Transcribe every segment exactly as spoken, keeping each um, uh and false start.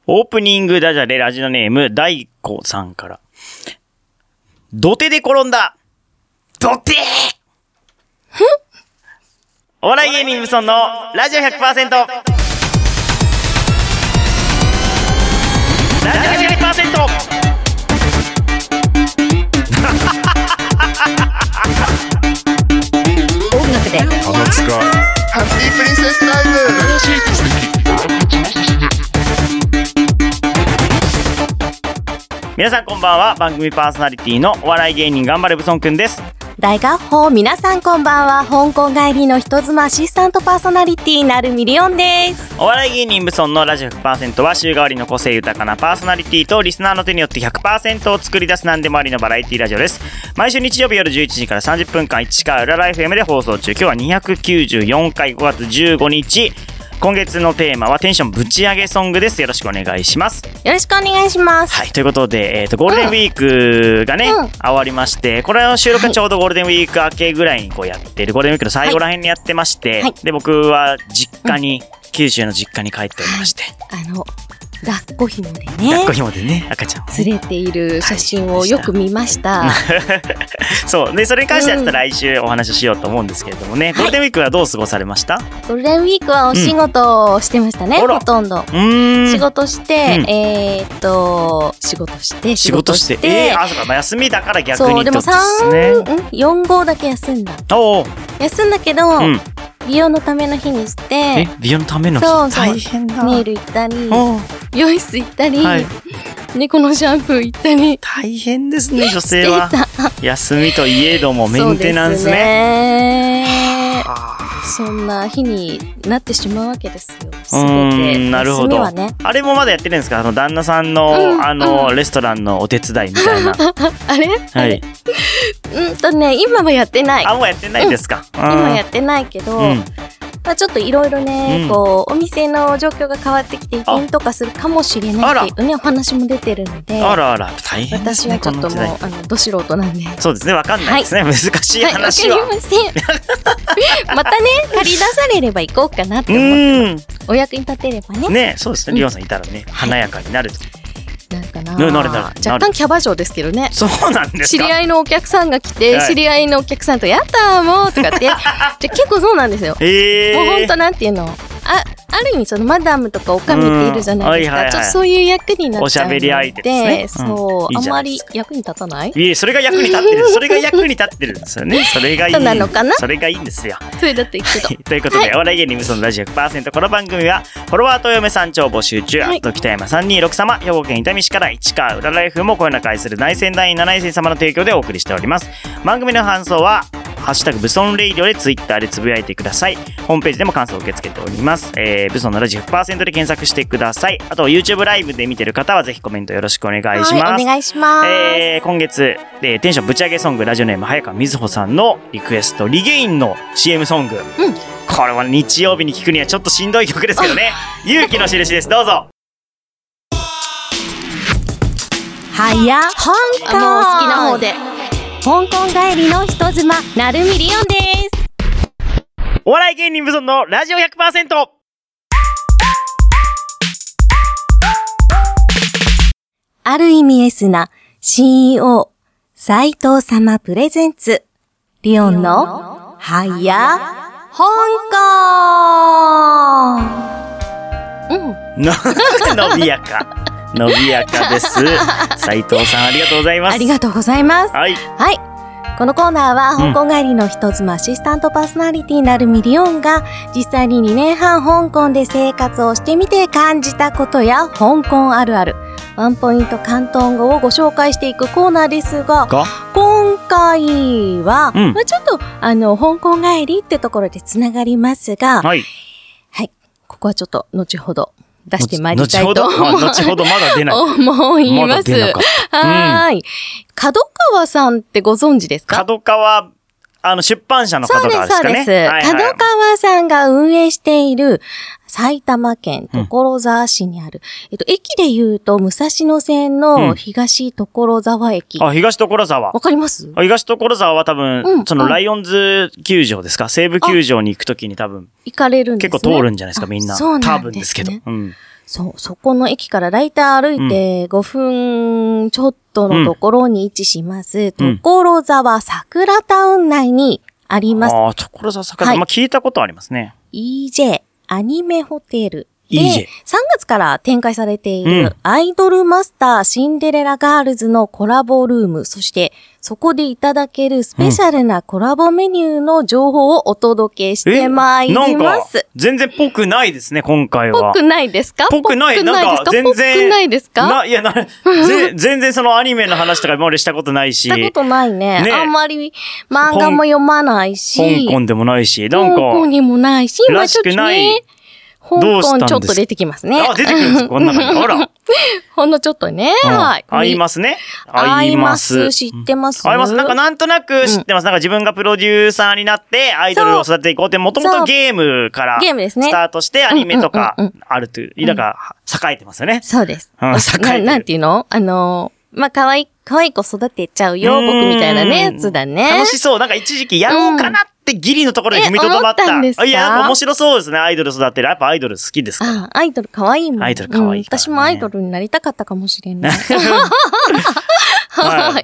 オープニングダジャレラジオネーム大子さんから。土手で転んだ土手お笑い芸人無尊のラジオ ひゃくパーセント ラジオ ひゃくパーセント音楽で鼻つかハッピープリンセスタイム。 皆さんこんばんは。番組パーソナリティのお笑い芸人頑張れブソンくんです。 大合法、皆さんこんばんは。香港帰りの人妻アシスタントパーソナリティなるミリオンです。 お笑い芸人ブソンのラジオ ひゃくパーセント は週替わりの個性豊かなパーソナリティとリスナーの手によって ひゃくパーセント を作り出す何でもありのバラエティラジオです。毎週日曜日夜じゅういちじからさんじゅっぷんかん市川裏ライフ エム で放送中。今日はにひゃくきゅうじゅうよんかいごがつじゅうごにち。今月のテーマはテンションぶち上げソングです。よろしくお願いします。 よろしくお願いします。 はい、ということで、えっと、ゴールデンウィークがね、 うん、 終わりまして、これの収録はちょうどゴールデンウィーク明けぐらいにこうやってる、ゴールデンウィークの最後ら辺にやってまして、 はい、 で、僕は実家に、うん、九州の実家に帰っておりまして。 はい、あの、抱っこ紐でね。 抱っこ紐でね、赤ちゃんを連れている写真をよく見ました。 そう。で、それに関してはちょっと来週お話をしようと思うんですけれどもね、うん、ゴールデンウィークはどう過ごされました？ ゴールデンウィークはお仕事をしてましたね、うん、ほとんど。うーん仕事して、うん、えー、っと、仕事して、 仕事して、えー、あ、そうか、まあ、休みだから逆にそう、でもさん、よん号だけ休んだ。 お休んだけど、うん、美容のための日にして、 え、美容のための日？ そうそう、 大変だ。 ネイル行ったり、美容室行ったり、はい、猫のシャンプー行ったり。 大変ですね、女性は。休みといえどもメンテナンスね。そうですね。そんな日になってしまうわけですよ。すべて。なるほど。ね、あれもまだやってるんですか？あの旦那さんの、うん、あの、うん、レストランのお手伝いみたいな。 あれ？はい。うんとね、今はやってない。 あ、もうやってないですか？ うん、今やってないけど、うん、まあちょっといろいろね、うん、こうお店の状況が変わってきて移転とかするかもしれないっていうねお話も出てるので、 あらあら大変ですね。 私はちょっともうあのど素人なんで。 そうですね、わかんないですね、はい、難しい話は。 わ、はい、かりません。またね借り出されれば行こうかなって思って、お役に立てればね。 ね、そうですね。リオンさんいたらね、うん、華やかになると。 なるかな。 なるなるなる。 若干キャバ嬢ですけどね。 そうなんですか。 知り合いのお客さんが来て、はい、知り合いのお客さんとやったーもうとかってじゃ結構そうなんですよ。 へー。 もう本当なんていうの、あある意味そのマダムとかオカミっているじゃないですか、はいはいはい、ちょっとそういう役になっちゃうので、おしゃべり相手ですね、そう、うん、あんまり役に立たない？ いえ、それが役に立ってるそれが役に立ってるんですよね。それがいい。 そうなのかな。 それがいいんですよ。 それだっていいけど。 ということで、はい、お笑い芸人無双のラジオ ひゃくパーセント。この番組はフォロワーと嫁さん超募集中、はい、あと北山さんにじゅうろく様、兵庫県伊丹市から市川裏ライフもこよなく愛する内戦団員なないせん様の提供でお送りしております。番組の感想はハッシュタグブソンレイディオでツイッターでつぶやいてください。ホームページでも感想を受け付けております。えー、ブソンのラジオ ひゃくパーセント で検索してください。あと YouTube ライブで見てる方はぜひコメントよろしくお願いします。 はい、お願いします。 えー、今月、えー、テンションぶち上げソングラジオネーム早川瑞穂さんのリクエストリゲインの シーエム ソング、うん、これは日曜日に聴くにはちょっとしんどい曲ですけどね。勇気の印です。どうぞ。 はや香港、もう好きな方で香港帰りの人妻なるみりおんです。 お笑い芸人無尊のラジオ ひゃくパーセント。 ある意味エスな シーイーオー 斉藤様プレゼンツリオンのはや香港。 うん。伸びやか。伸びやかです。斉藤さんありがとうございます。 ありがとうございます。 はい。 はい。このコーナーは香港帰りの人妻アシスタントパーソナリティなるミリオンが実際ににねんはん香港で生活をしてみて感じたことや香港あるある、ワンポイント広東語をご紹介していくコーナーですが、今回は、うん、まあ、ちょっとあの香港帰りってところでつながりますが、はい。はい。ここはちょっと後ほど出してまいりたいと思います。 後ほどまだ出ない。 思います。まだ出なかった。はーい。角川さんってご存知ですか？ 角川、あの出版社の角川ですかね。 そうです、そうです。はいはい、角川さんが運営している埼玉県所沢市にある、うん、えっと、駅で言うと武蔵野線の東所沢駅。 うん、あ、東所沢。 わかります？ 東所沢は多分、うん、そのライオンズ球場ですか、西武球場に行くときに多分。 行かれるんですね。 結構通るんじゃないですか、みんな。 そうなんですね。 多分ですけど。うん。 そう、そこの駅からだいたい歩いてごふんちょっとのところに位置します、 うん、 所沢桜タウン内にあります。 ああ、所沢桜、はい、まあ聞いたことありますね。 イージェー アニメホテル。で、 イージェー、 さんがつから展開されているアイドルマスターシンデレラガールズのコラボルーム、そしてそこでいただけるスペシャルなコラボメニューの情報をお届けしてまいります。 なんか全然ぽくないですね、今回は。 ぽくないですか？ ぽくない、なんか全然。 ぽくないですか？ な、いやな、ぜ全然そのアニメの話とか今までしたことないし。 したことないね。ね、あんまり漫画も読まないし。 香港でもないし、なんか。 香港にもないし、 らしくない。 香港ちょっと出てきますね。 あ、出てくるんですこんな感じ。あら。 ほんのちょっとね。うん、はい。 合いますね。 合います。知ってます。 合います。なんかなんとなく知ってます。うん、なんか自分がプロデューサーになってアイドルを育てていこうって、もともとゲームからスタートしてアニメとかあるという、だから栄えてますよね。 そうです。 うん、栄えてる。 なんていうのあのー、まあ、可愛い、可愛い子育てちゃうよ、僕みたいなね、やつだね。 楽しそう。なんか一時期やろうかなってギリのところで踏みとどまった。 うん、え、思ったんですか？ いや、やっぱ面白そうですね。アイドル育てる。やっぱアイドル好きですから。 あ、アイドル可愛いもん。 アイドル可愛いから、ねうん。 私もアイドルになりたかったかもしれない。 はい。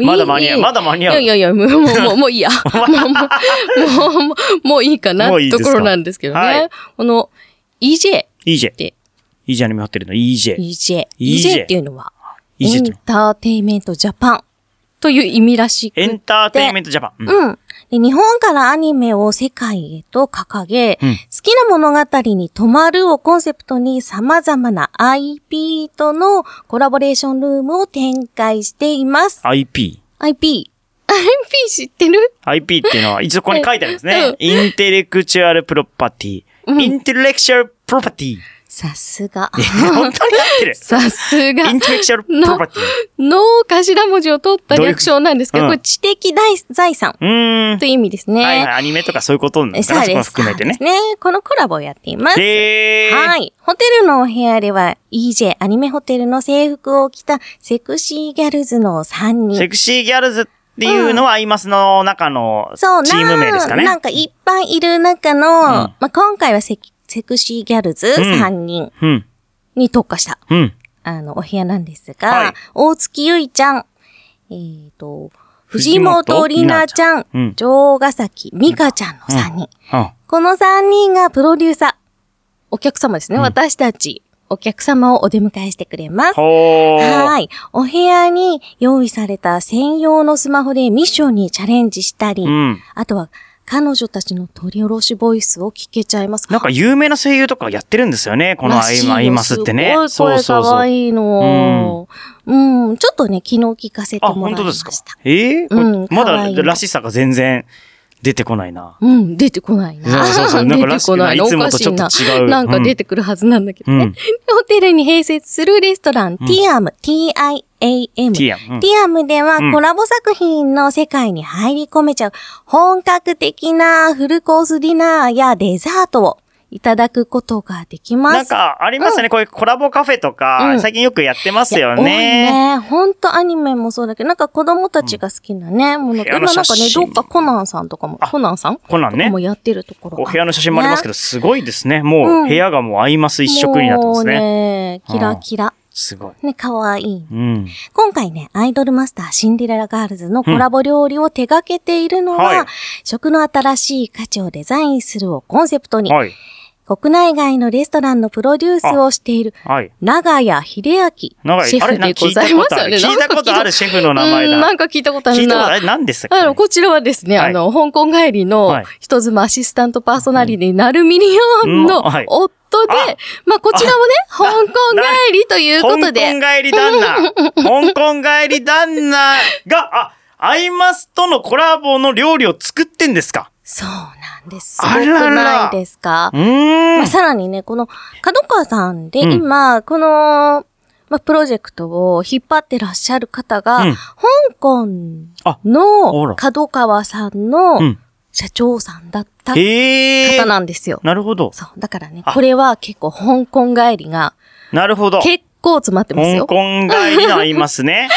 まだ間に合う。まだ間に合う。 いやいやいや、もう、もう、もういいや。もう、もう、もう、もういいかなってところなんですけどね。はい、この、イージェー。 イージェー。って。イージェーアニメホテルの イージェー。 イージェー。イージェーっていうのは、 エンターテイメントジャパンという意味らしくて。 エンターテイメントジャパン。 うん。うん、で日本からアニメを世界へと掲げ、うん、好きな物語に泊まるをコンセプトに様々な アイピー とのコラボレーションルームを展開しています。 アイピー？ アイピー。アイピー 知ってる？ アイピー っていうのは、一応ここに書いてあるんですね。うん、インテレクチュアルプロパティ。うん、インテレクチュアルプロパティ。 さすが。 本当に合ってる。 さすが。 インテレクチュアルプロパティ。 の頭文字を取った略称なんですけど、これ知的財産という意味ですね。 はいはい、アニメとかそういうことなんですかね。そこも含めてね。 そうですね。このコラボをやっています。 へー。 はい。ホテルのお部屋では イージェー アニメホテルの制服を着たセクシーギャルズのさんにん。 セクシーギャルズっていうのはアイマスの中のチーム名ですかね。 そうな、なんかいっぱいいる中の、うん、まあ、今回はセクセクシーギャルズさんにんに特化した、 うん、 あの、お部屋なんですが、 はい、 大月ゆいちゃん、えっと、藤本里奈ちゃん、うん、城ヶ崎美香ちゃんのさんにん、うんうん。このさんにんがプロデューサー、お客様ですね、うん、私たち、お客様をお出迎えしてくれます。はい。お部屋に用意された専用のスマホでミッションにチャレンジしたり、うん、あとは、彼女たちの取り下ろしボイスを聞けちゃいます。 なんか有名な声優とかやってるんですよね。このアイマイマスってね。 すごい声かわいいの。うん、うん。ちょっとね、昨日聞かせてもらいました。あ、本当ですか。 ええー、うん、まだらしさが全然出てこないな。 うん、出てこないな。 そうそうそう。なんからしくない。いつもとちょっと違う。 なんか出てくるはずなんだけどね。うん、ホテルに併設するレストラン、ティアム、ティーアイエーエム。 ティアム。うん、 ティアムではコラボ作品の世界に入り込めちゃう本格的なフルコースディナーやデザートをいただくことができます。 なんかありますね、うん、こういうコラボカフェとか、うん、最近よくやってますよね。多いね。ほんとアニメもそうだけど、なんか子供たちが好きなね、うん、もの。今なんかね、どっかコナンさんとかも、コナンさんコナンね。 もやってるところ、ね。 お部屋の写真もありますけど、すごいですね。もう部屋がもうアイマス一色になってますね。 もうね、キラキラ。 すごい。 ね、かわいい。 うん。 今回ね、アイドルマスターシンデレラガールズのコラボ料理を手掛けているのは、うんはい、食の新しい価値をデザインするをコンセプトに、はい、国内外のレストランのプロデュースをしている、はい、長谷秀明シェフでございますよね。 聞いたことあるシェフの名前だ。 なんか聞いたことあるな。 聞いたことある。何ですか、 あの、こちらはですね、はい、あの、香港帰りの人妻アシスタントパーソナリティなるミリオンの夫で、まあ、こちらもね、香港帰りということで。 香港帰り旦那。香港帰り旦那が、あ、アイマスとのコラボの料理を作ってんですか？ そうなんです。すごくないですか？ うーん。 まあ、さらにね、この、角川さんで今、うん、この、まあ、プロジェクトを引っ張ってらっしゃる方が、うん、香港の角川さんの社長さんだった方なんですよ。 なるほど。 そう。だからね、これは結構香港帰りが、 なるほど。 結構詰まってますよ。 香港帰りのありますね。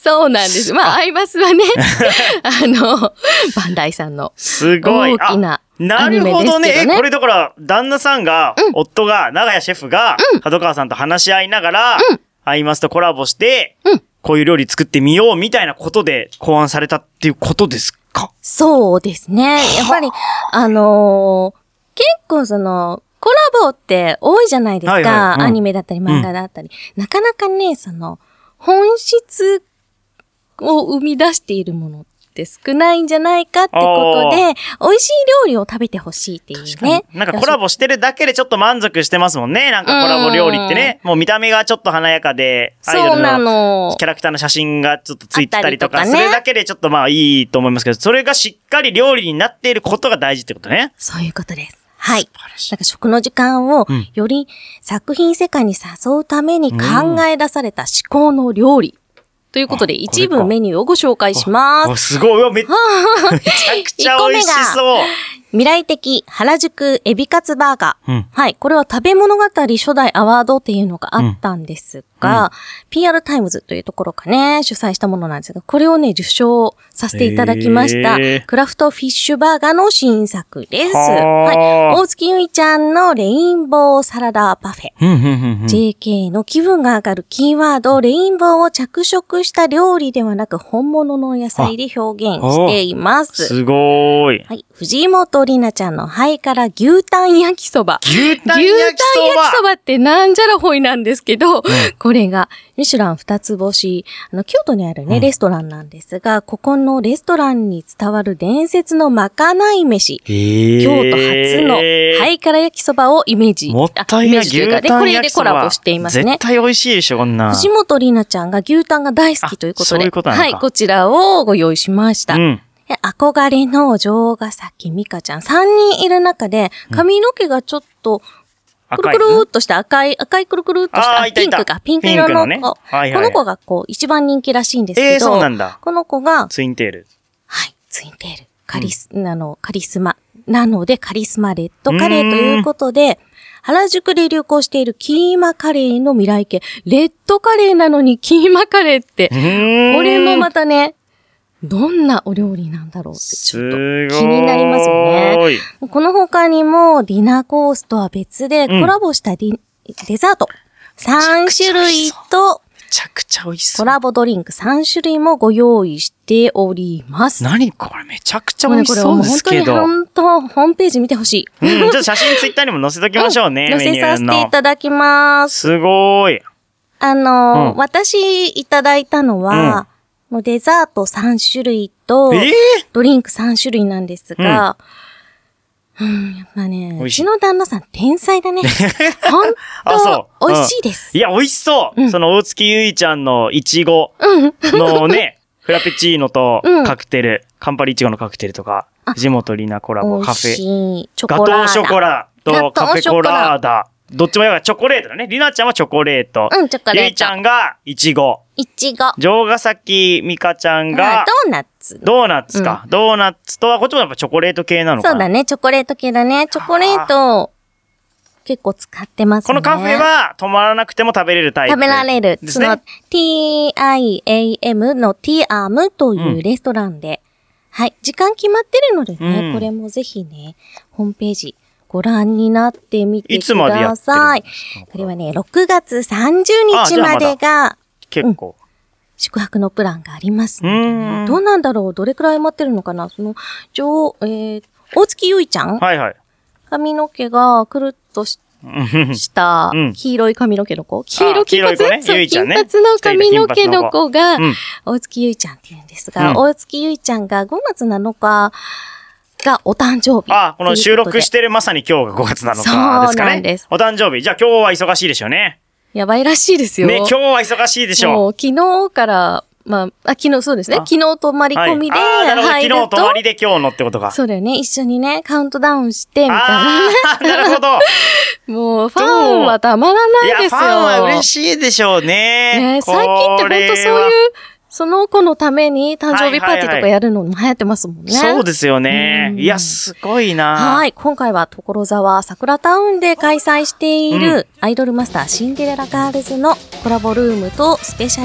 そうなんです。まあ、アイマスはね、あの、バンダイさんのすごい大きななアニメですけどね。 るほどね。え、これだから、旦那さんが、うん、夫が、長屋シェフが、うん、角川さんと話し合いながら、うん、アイマスとコラボして、うん、こういう料理作ってみようみたいなことで考案されたっていうことですか？ そうですね。やっぱり、あのー、結構その、コラボって多いじゃないですか。はいはいうん、アニメだったり漫画だったり、うん。なかなかね、その、本質を生み出しているものって少ないんじゃないかってことで、美味しい料理を食べてほしいっていうね。 なんかコラボしてるだけでちょっと満足してますもんね。なんかコラボ料理ってね。もう見た目がちょっと華やかで、アイドルのキャラクターの写真がちょっとついてたりとか、それだけでちょっとまあいいと思いますけど、それがしっかり料理になっていることが大事ってことね。 そういうことです。はい。なんか食の時間をより作品世界に誘うために考え出された至高の料理。ということで、一部メニューをご紹介します。 すごい。め, めちゃくちゃ美味しそう。 未来的原宿エビカツバーガー。うん、はい。これは食べ物語初代アワードっていうのがあったんですが、うん、ピーアール タイムズというところがね、主催したものなんですが、これをね、受賞させていただきました、クラフトフィッシュバーガーの新作です。はい。大月ゆいちゃんのレインボーサラダパフェ。うんうんうんうん、ジェーケー の気分が上がるキーワード、レインボーを着色した料理ではなく、本物の野菜で表現しています。 すごーい。 はい。藤本里奈ちゃんのハイカラ牛タン焼きそば。 牛タン焼きそば牛タン焼きそばってなんじゃらほいなんですけど、うん、これがミシュラン二つ星、あの、京都にあるね、うん、レストランなんですが、ここのレストランに伝わる伝説のまかない飯。京都初のハイカラ焼きそばをイメージ。 もったいない牛タン焼きそば。 これでコラボしていますね。 絶対美味しいでしょ、こんな。 藤本里奈ちゃんが牛タンが大好きということで。 そういうことなのか。 はい、こちらをご用意しました。うん憧れの城ヶ崎美香ちゃん。さんにんいる中で、髪の毛がちょっと、くるくるーっとした赤い、赤いくるくるっとしたピンクか、ピンク色の子。ねはいはい、この子がこう、一番人気らしいんですけど、 えー、そうなんだ。 この子が、 ツインテール。 はい、ツインテール。カリス、うん、あの、カリスマ。なので、カリスマレッドカレーということで、原宿で流行しているキーマカレーの未来系。レッドカレーなのにキーマカレーって、これもまたね、どんなお料理なんだろうってちょっと気になりますよね。この他にもディナーコースとは別でコラボしたディ、うん、デザートさん種類とめちゃくちゃ美味しそう。 コラボドリンクさん種類もご用意しております。 何これめちゃくちゃ美味しそうですけど。 これ本当に本当ホームページ見てほしい。 うん、ちょっと写真ツイッターにも載せときましょうね。 うん、載せさせていただきます。 すごーい。 あの、うん、私いただいたのは、うんもうデザートさん種類と、ドリンクさん種類なんですが、えー、うん、やっぱね、うちの旦那さん天才だね。ほんと、美味しいです、 うん。いや、美味しそう。うん、その大月ゆいちゃんのいちごのね、フラペチーノとカクテル、うん、カンパリいちごのカクテルとか、藤本里奈コラボカフェ、ガトーショコラとカフェコラーダ。どっちもやがチョコレートだね。りなちゃんはチョコレート。 うん、チョコレート。 ゆいちゃんがイチゴ。 イチゴ。 城ヶ崎美香ちゃんが、 ドーナツ。 ドーナツか、うん。ドーナツとは、こっちもやっぱチョコレート系なのかな。 そうだね、チョコレート系だね。チョコレート、結構使ってますね。 このカフェは止まらなくても食べれるタイプ、ね。 食べられる。その ティーアイエーエム の ティーアーム というレストランで、うん、はい、時間決まってるのでね、うん、これもぜひね、ホームページ、ご覧になってみてください。いつまでやってるんですか？これはね、ろくがつさんじゅうにちまでが、 結構、うん、 宿泊のプランがありますので、ね、どうなんだろうどれくらい待ってるのかなその、上、えー、大月ゆいちゃんはいはい。 髪の毛がくるっとし、した黄色い髪の毛の子、黄色金髪、ね、そう、金髪の髪の毛の子が、大月ゆいちゃんって言うんですが、うん、大月ゆいちゃんがごがつなのか、がお誕生日。 あ、この収録してるまさに今日がごがつなのかですかね。そうなんです。お誕生日。じゃあ今日は忙しいでしょうね。 やばいらしいですよ。 ね、今日は忙しいでしょう。もう昨日から、まあ、あ、昨日そうですね。昨日泊まり込みで入ると、はい、 昨日泊まりで今日のってことか。 そうだよね。一緒にね、カウントダウンして、みたいな。 なるほど。 もう、ファンはたまらないですよ。いや、 ファンは嬉しいでしょうね。 ね、最近って本当そういう、その子のために誕生日パーティーとかやるのも流行ってますもんね。 はいはいはい、そうですよね。いや、すごいな。 はい。今回は所沢桜タウンで開催しているアイドルマスターシンデレラガールズのコラボルームとスペシャル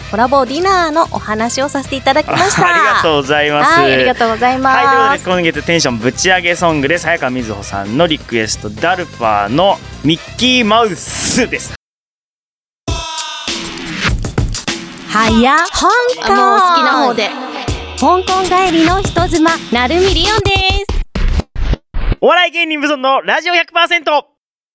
コラボディナーのお話をさせていただきました。 ありがとうございます。 はい、ありがとうございます。 はい、ということで今月テンションぶち上げソングです。早川瑞穂さんのリクエスト、ダルファーのミッキーマウスです。 はや香港、もう好きな方で香港帰りの人妻なるみりおんです。 お笑い芸人無尊のラジオ ひゃくパーセント。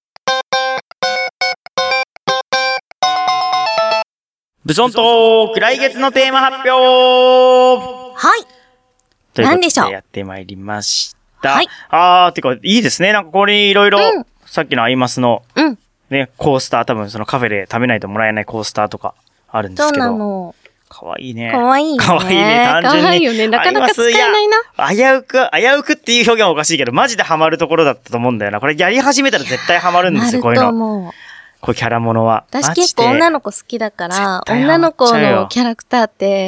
ブソントーク来月のテーマ発表。 はいということで何でしょうやってまいりました。 はい、 あーてかいいですね。なんかこれいろいろさっきのアイマスのうんねコースター、多分そのカフェで食べないともらえないコースターとかあるんですそうけど、 なの。 かわいいね。 かわいいね。 かわいいね。単純に。 かわいいよね。なかなか使えないな。 危うく、危うくっていう表現はおかしいけど、マジでハマるところだったと思うんだよな。これやり始めたら絶対ハマるんですよ、こういうの。こういうキャラものは。 私結構女の子好きだから、女の子のキャラクターって、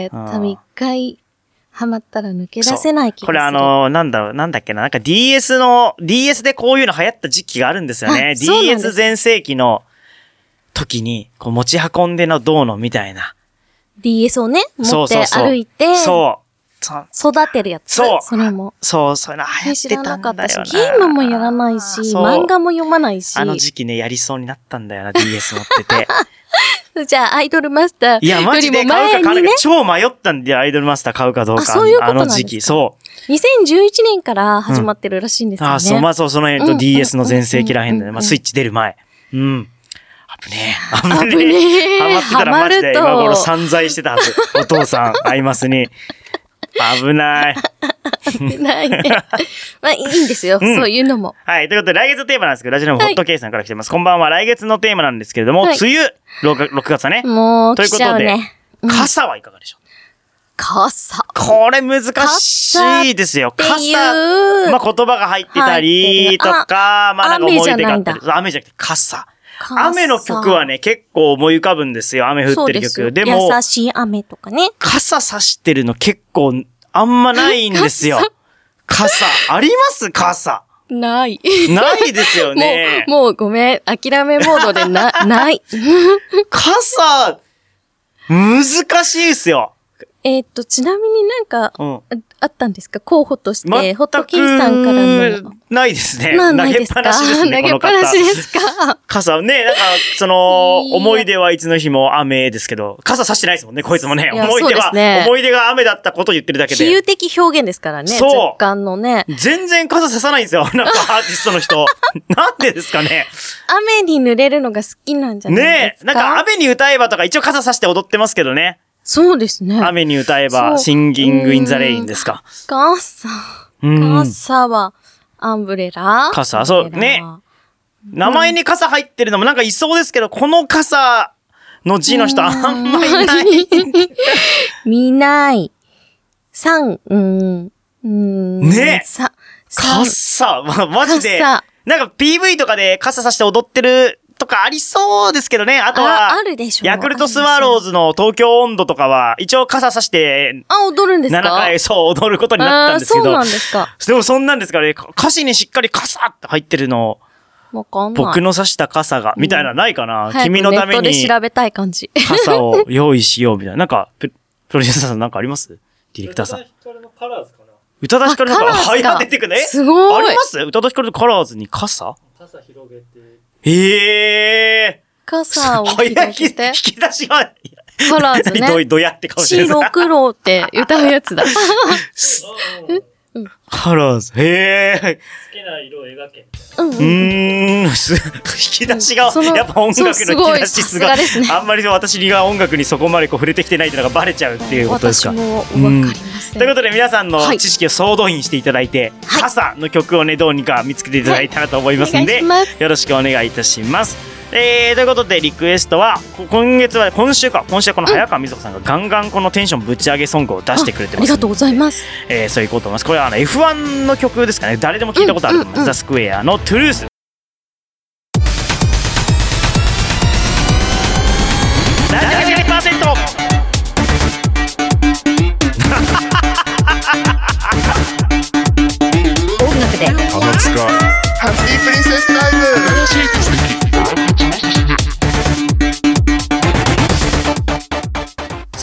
多分一回ハマったら抜け出せない気がする。 これあのー、なんだろう、なんだっけな。なんか ディーエス の、ディーエス でこういうの流行った時期があるんですよね。ディーエス 全盛期の時に、こう持ち運んでのどうのみたいな。 ディーエス をね、持って歩いて、 そうそう育てるやつ。 そう。 それも。 そう、そういうの流行ってたんだよな。 知らなかったし、ゲームもやらないし、漫画も読まないし。 あの時期ね、やりそうになったんだよな、ディーエス 持ってて。 じゃあ、アイドルマスター。 いや、マジで買うか買わないか超迷ったんで、アイドルマスター買うかどうか。あ、 そういうことなんですか。 あの時期、そう。 にせんじゅういちねんから始まってるらしいんですよね。 あ、そう、まあそう、その辺と ディーエス の全盛期らへんでね、まあスイッチ出る前。うん。危ねえ。 危ねえ。 ハマってたらマジで今頃散財してたはず。お父さん、アイマスに。危ない。 危ないね。まあいいんですよ、うん。そういうのも。 はい。ということで来月のテーマなんですけど、ラジオのホットケイさんから来てます。はい、こんばんは。来月のテーマなんですけれども、はい、梅雨、ろくがつだね。 もう、ということで、 うん、傘はいかがでしょう？ 傘。 これ難しいですよ。傘。まあ言葉が入ってたりとか、まあなんか思い出があったり。雨じゃなくて傘。雨の曲はね、結構思い浮かぶんですよ。雨降ってる曲。でも、 優しい雨とかね。 傘差してるの結構、あんまないんですよ。傘。あります傘。 ない。 ないですよね。 もう、もうごめん。諦めモードでな、ない。 傘、難しいですよ。 えっと、ちなみになんか、うん、あったんですか候補として、ホットキーさんからの。 ないですね。 投げっぱなしですね。投げっぱなしですか傘ね、なんか、その、思い出はいつの日も雨ですけど、傘差してないですもんね、こいつもね。思い出は、ね、思い出が雨だったことを言ってるだけで。 比喩的表現ですからね。そう。若干のね。 全然傘差さないんですよ。なんかアーティストの人。なんでですかね。 雨に濡れるのが好きなんじゃないですか。 ねえ。なんか雨に歌えばとか一応傘差して踊ってますけどね。 そうですね。 雨に歌えば、シンギングインザレインですか。 傘。傘は、アンブレラ傘、そう、ね。名前に傘入ってるのもなんかいそうですけど、この傘の字の人あんまいない。 見ない。三、うん、うん。 ね。さ、傘、ま、マジで。なんか ピーブイ とかで傘さして踊ってるとかありそうですけどね。あとは、 あるでしょ。 ヤクルトスワローズの東京温度とかは、一応傘さして、 あ、踊るんですか？ななかい、そう、踊ることになったんですけど。 そうなんですか。 でもそんなんですからね、歌詞にしっかり傘って入ってるの、 わかんない。 僕の差した傘が、みたいなないかな、うん、君のために。 ネットで調べたい感じ。 傘を用意しようみたいな。なんか、プロデューサーさんなんかあります？ディレクターさん。宇多田ヒカルのカラーズかな。宇多田ヒカルのカラーズ。はい、出てくね。 すごい。 あります宇多田ヒカルのカラーズに傘？ 傘広げて。 へえー。 傘を広げて。 引き出しが、 カラーズね。 ど、どやって顔してる。 白黒って歌うやつだ。 カラーズ。へえ。 好きな色を描け。 うん。 うーん。引き出しが、やっぱ音楽の引き出しすごい。あんまり私が音楽にそこまでこう触れてきてないっていうのがバレちゃうっていうことですか。 私もわかりません。 ということで皆さんの知識を総動員していただいて、傘の曲をね、どうにか見つけていただいたらと思いますんで、よろしくお願いいたします。えー、ということでリクエストは今月は今週か今週はこの早川瑞穂さんがガンガンこのテンションぶち上げソングを出してくれてます。 ありがとうございます。 えー、そういうこと思います。これはあの エフワン の曲ですかね。誰でも聞いたことあると思います。ザ・スクエアのトゥルース。ななじゅうにパーセント。 音楽で浜塚ハッピープリンセスタイム。 さ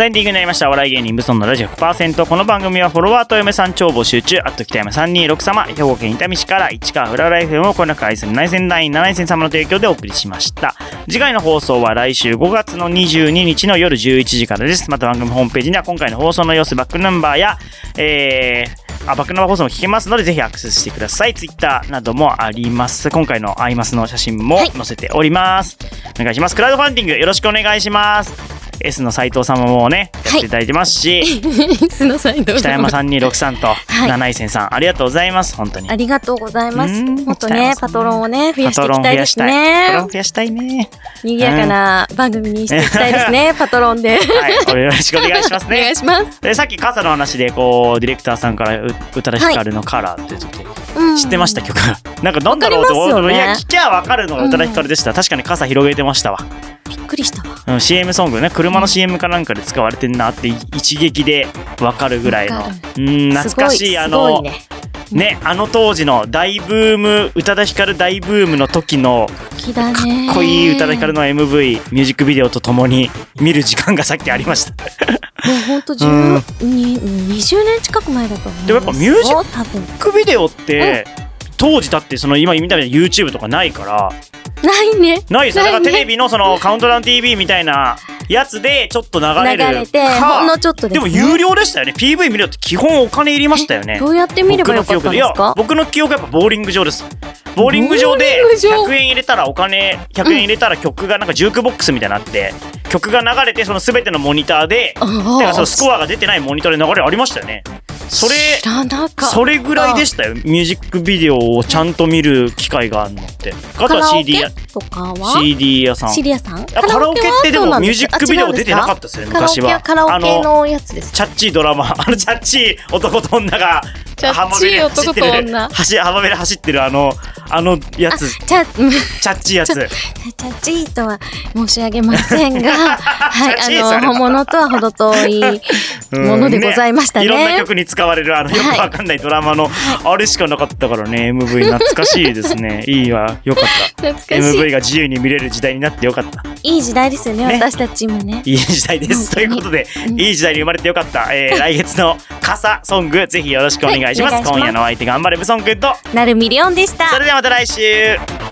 さあエンディングになりました。お笑い芸人ブソンのラジオ ひゃくパーセント。 この番組はフォロワーと嫁さん超募集中。あっと北山さんにじゅうろく様、兵庫県伊丹市から市川浦和 エフエム をこよなく愛する内戦団員ななせん様の提供でお送りしました。次回の放送は来週ごがつのにじゅうににちの夜じゅういちじからです。また番組ホームページには今回の放送の様子、バックナンバーやえーあバックナンバー放送も聞けますので、ぜひアクセスしてください。ツイッターなどもあります。今回のアイマスの写真も載せております、はい、お願いします。クラウドファンディングよろしくお願いします。S の斉藤様もねやっていただいてますし、 はい、S の斉藤様、 北山さんにじゅうろくさんと、はい、なないせんさんありがとうございます。本当にありがとうございます。もっとねパトロンをね増やしていきたいですね。 パトロン増やしたいね。 賑やかな番組にしていきたいですね、うん、パトロンではいよろしくお願いしますね。 お願いします。 でさっき傘の話でこうディレクターさんから宇多田ヒカルのカラーって言って、はい、知ってました曲なんかなんだろうと思う、ね、いや聞きゃ分かるのが宇多田ヒカルでした、うん、確かに傘広げてましたわ。 びっくりしたわ、 うん、シーエム ソングね、車の シーエム かなんかで使われてんなって一撃で分かるぐらいの、うん、懐かしいあのねね、あの当時の大ブーム、宇多田ヒカル大ブームの時のかっこいい宇多田ヒカルの エムブイ ミュージックビデオとともに見る時間がさっきありましたもうほんとじゅう、うん、にじゅうねん近く前だと思う。 でもやっぱミュージックビデオって、うん、当時だってその今みたいな YouTube とかないからないね。 ないですよ。だからテレビのそのカウントダウン ティーブイ みたいなやつでちょっと流れる流れてほんのちょっとですね。 でも有料でしたよね。 ピーブイ 見るって基本お金いりましたよね。 どうやって見ればよかったんですか？ 僕の記憶はやっぱボーリング場です。ボーリング場でひゃくえん入れたらお金ひゃくえん入れたら曲がなんかジュークボックスみたいになって曲が流れてその全てのモニターでだからそのスコアが出てないモニターで流れありましたよね。それそれぐらいでしたよ。ミュージックビデオをちゃんと見る機会があるのって。あとは シーディー 屋とかはシーディー 屋さんシーディー 屋さんカラオケってでもミュージックビデオ出てなかったですよね昔は。 カラオケのやつです。 チャッチードラマあのチャッチー男と女が浜辺で走ってる浜辺で走ってるあのあのやつチャチャッチーやつチャッチーとは申し上げませんがはいあの本物とは程遠いものでございましたね。 いろんな曲に使われるあのよくわかんないドラマのあれしかなかったからね。 エムブイ 懐かしいですね。いいわよかった。エムブイ が自由に見れる時代になってよかった。 いい時代ですよね、私たちもね。 いい時代です。ということで、うん、いい時代に生まれてよかった、えー、来月の傘ソングぜひよろしくお願いします。はい、今夜のお相手頑張れブソン君となるミリオンでした。 それではまた来週。